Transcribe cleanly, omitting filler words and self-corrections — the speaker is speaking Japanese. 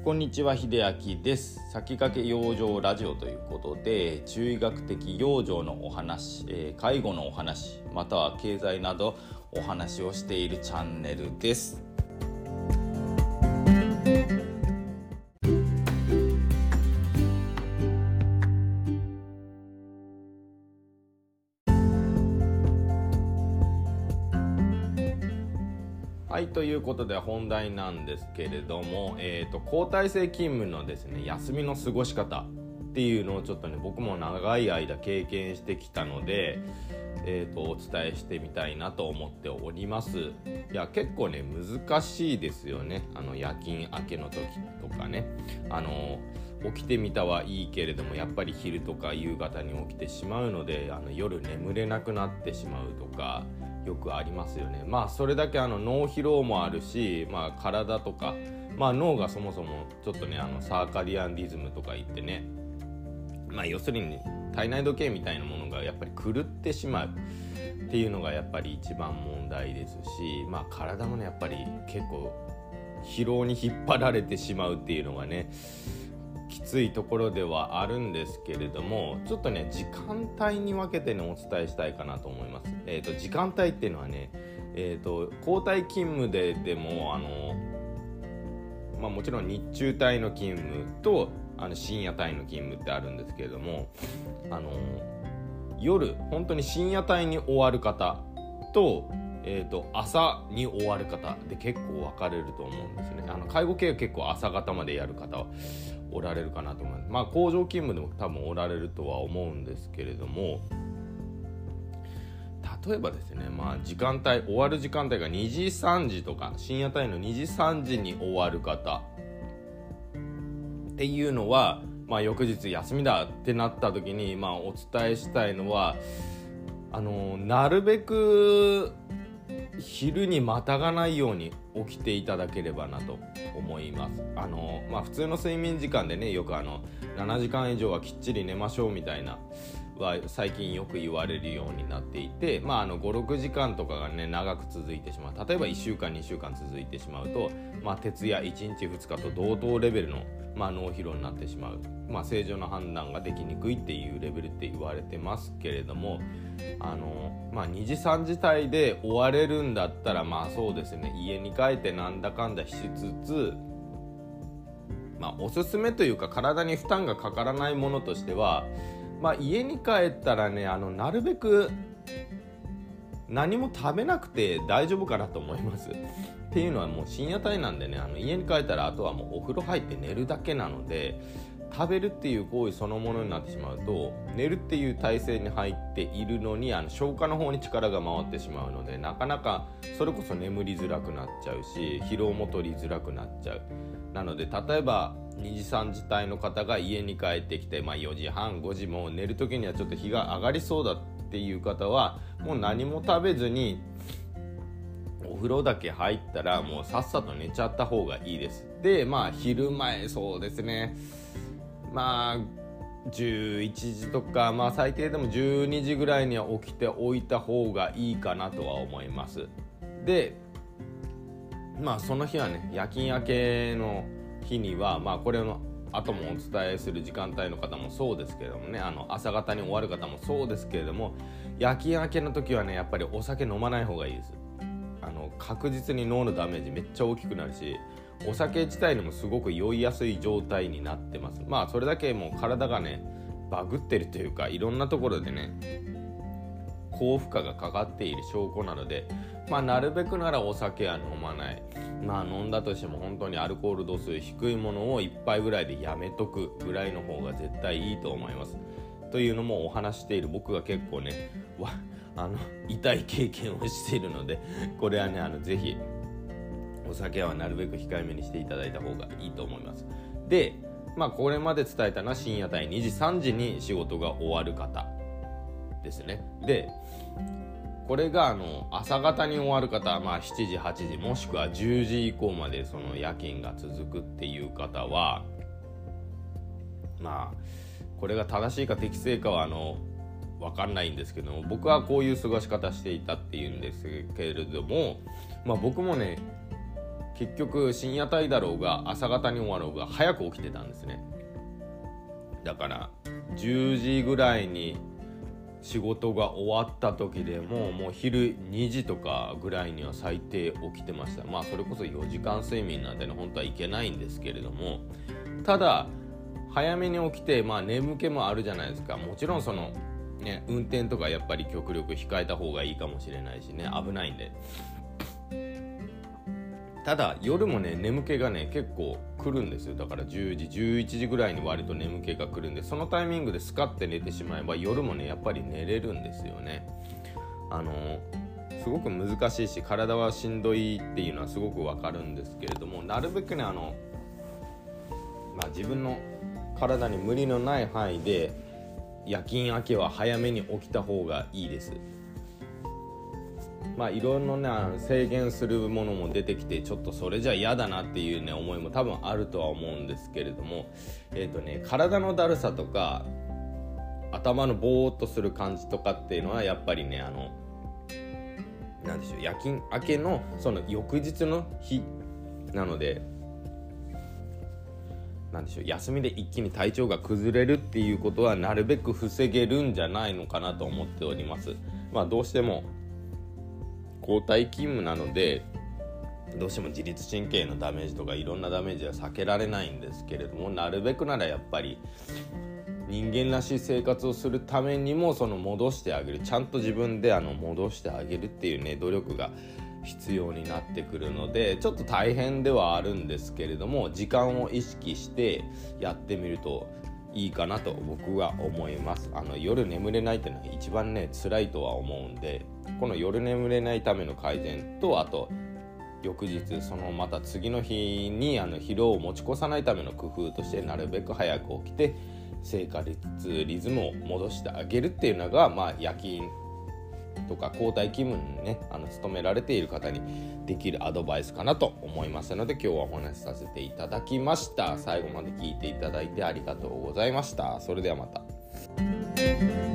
こんにちは、秀明です。先駆け養生ラジオということで、中医学的養生のお話、介護のお話、または経済などお話をしているチャンネルです。はい、ということで本題なんですけれども、交代制勤務のですね、休みの過ごし方っていうのをちょっとね、僕も長い間経験してきたので、お伝えしてみたいなと思っております。いや、結構ね、難しいですよね。夜勤明けの時とかね、起きてみたはいいけれども、やっぱり昼とか夕方に起きてしまうので、夜眠れなくなってしまうとかよくありますよね。それだけ脳疲労もあるし、体とか、脳がそもそもちょっとね、サーカディアンリズムとか言ってね、要するに体内時計みたいなものがやっぱり狂ってしまうっていうのがやっぱり一番問題ですし、体もね、やっぱり結構疲労に引っ張られてしまうっていうのがね、きついところではあるんですけれども、ちょっとね、時間帯に分けてね、お伝えしたいかなと思います。時間帯っていうのはね、交代勤務でももちろん日中帯の勤務と深夜帯の勤務ってあるんですけれども、夜本当に深夜帯に終わる方と、朝に終わる方で結構分かれると思うんですね。介護系は結構朝方までやる方はおられるかなと思います。工場勤務でも多分おられるとは思うんですけれども、例えばですね、時間帯、終わる時間帯が2時3時とか、深夜帯の2時3時に終わる方っていうのは、翌日休みだってなった時に、お伝えしたいのは、なるべく昼にまたがないように起きていただければなと思います。普通の睡眠時間でね、よく7時間以上はきっちり寝ましょうみたいなは最近よく言われるようになっていて、5、6時間とかがね、長く続いてしまう。例えば1週間2週間続いてしまうと、徹夜1日2日と同等レベルの、脳疲労になってしまう。正常な判断ができにくいっていうレベルって言われてますけれども、2時3時帯で終われるんだったら、そうですね、家に帰ってなんだかんだしつつ、おすすめというか体に負担がかからないものとしては、家に帰ったらね、なるべく何も食べなくて大丈夫かなと思います。っていうのは、もう深夜帯なんでね、家に帰ったらあとはもうお風呂入って寝るだけなので、食べるっていう行為そのものになってしまうと、寝るっていう体勢に入っているのに消化の方に力が回ってしまうので、なかなかそれこそ眠りづらくなっちゃうし、疲労も取りづらくなっちゃう。なので、例えば2時3時帯の方が家に帰ってきて、4時半5時も寝る時にはちょっと日が上がりそうだっていう方は、もう何も食べずにお風呂だけ入ったらもうさっさと寝ちゃった方がいいです。で、昼前、そうですね、11時とか、最低でも12時ぐらいには起きておいた方がいいかなとは思います。で、その日はね、夜勤明けの日には、これの後もお伝えする時間帯の方もそうですけれどもね、朝方に終わる方もそうですけれども、夜勤明けの時はね、やっぱりお酒飲まない方がいいです。確実に脳のダメージめっちゃ大きくなるし、お酒自体にもすごく酔いやすい状態になってます。それだけもう体がね、バグってるというか、いろんなところでね、高負荷がかかっている証拠なので、なるべくならお酒は飲まない。飲んだとしても本当にアルコール度数低いものを1杯ぐらいでやめとくぐらいの方が絶対いいと思います。というのも、お話している僕が結構ね、痛い経験をしているので、これはね、ぜひお酒はなるべく控えめにしていただいた方がいいと思います。で、これまで伝えたのは深夜帯2時3時に仕事が終わる方ですね。で、これが朝方に終わる方、7時8時もしくは10時以降までその夜勤が続くっていう方は、これが正しいか適正かは分かんないんですけども、僕はこういう過ごし方していたっていうんですけれども、僕もね、 結局深夜帯だろうが朝方に終わろうが早く起きてたんですね。だから10時ぐらいに仕事が終わった時でもう昼2時とかぐらいには最低起きてました。それこそ4時間睡眠なんてね本当はいけないんですけれども、ただ早めに起きて眠気もあるじゃないですか。もちろんそのね運転とかやっぱり極力控えた方がいいかもしれないしね、危ないんで。ただ夜もね眠気がね結構来るんですよ。だから10時11時ぐらいに割と眠気が来るんで、そのタイミングでスカッて寝てしまえば夜もねやっぱり寝れるんですよね。すごく難しいし体はしんどいっていうのはすごくわかるんですけれども、なるべくね自分の体に無理のない範囲で夜勤明けは早めに起きた方がいいです。いろんな制限するものも出てきて、ちょっとそれじゃ嫌だなっていうね思いも多分あるとは思うんですけれども、体のだるさとか頭のぼーっとする感じとかっていうのはやっぱりねなんでしょう、夜勤明けのその翌日の日なので、なんでしょう、休みで一気に体調が崩れるっていうことはなるべく防げるんじゃないのかなと思っております。どうしても交代勤務なのでどうしても自律神経のダメージとかいろんなダメージは避けられないんですけれども、なるべくならやっぱり人間らしい生活をするためにもその戻してあげる、ちゃんと自分で戻してあげるっていうね努力が必要になってくるので、ちょっと大変ではあるんですけれども時間を意識してやってみるといいかなと僕は思います。夜眠れないっていうのは一番ね辛いとは思うんで、この夜眠れないための改善と、あと翌日そのまた次の日に疲労を持ち越さないための工夫としてなるべく早く起きて生活リズムを戻してあげるっていうのが、夜勤とか交代勤務にね勤められている方にできるアドバイスかなと思いますので、今日はお話しさせていただきました。最後まで聞いていただいてありがとうございました。それではまた。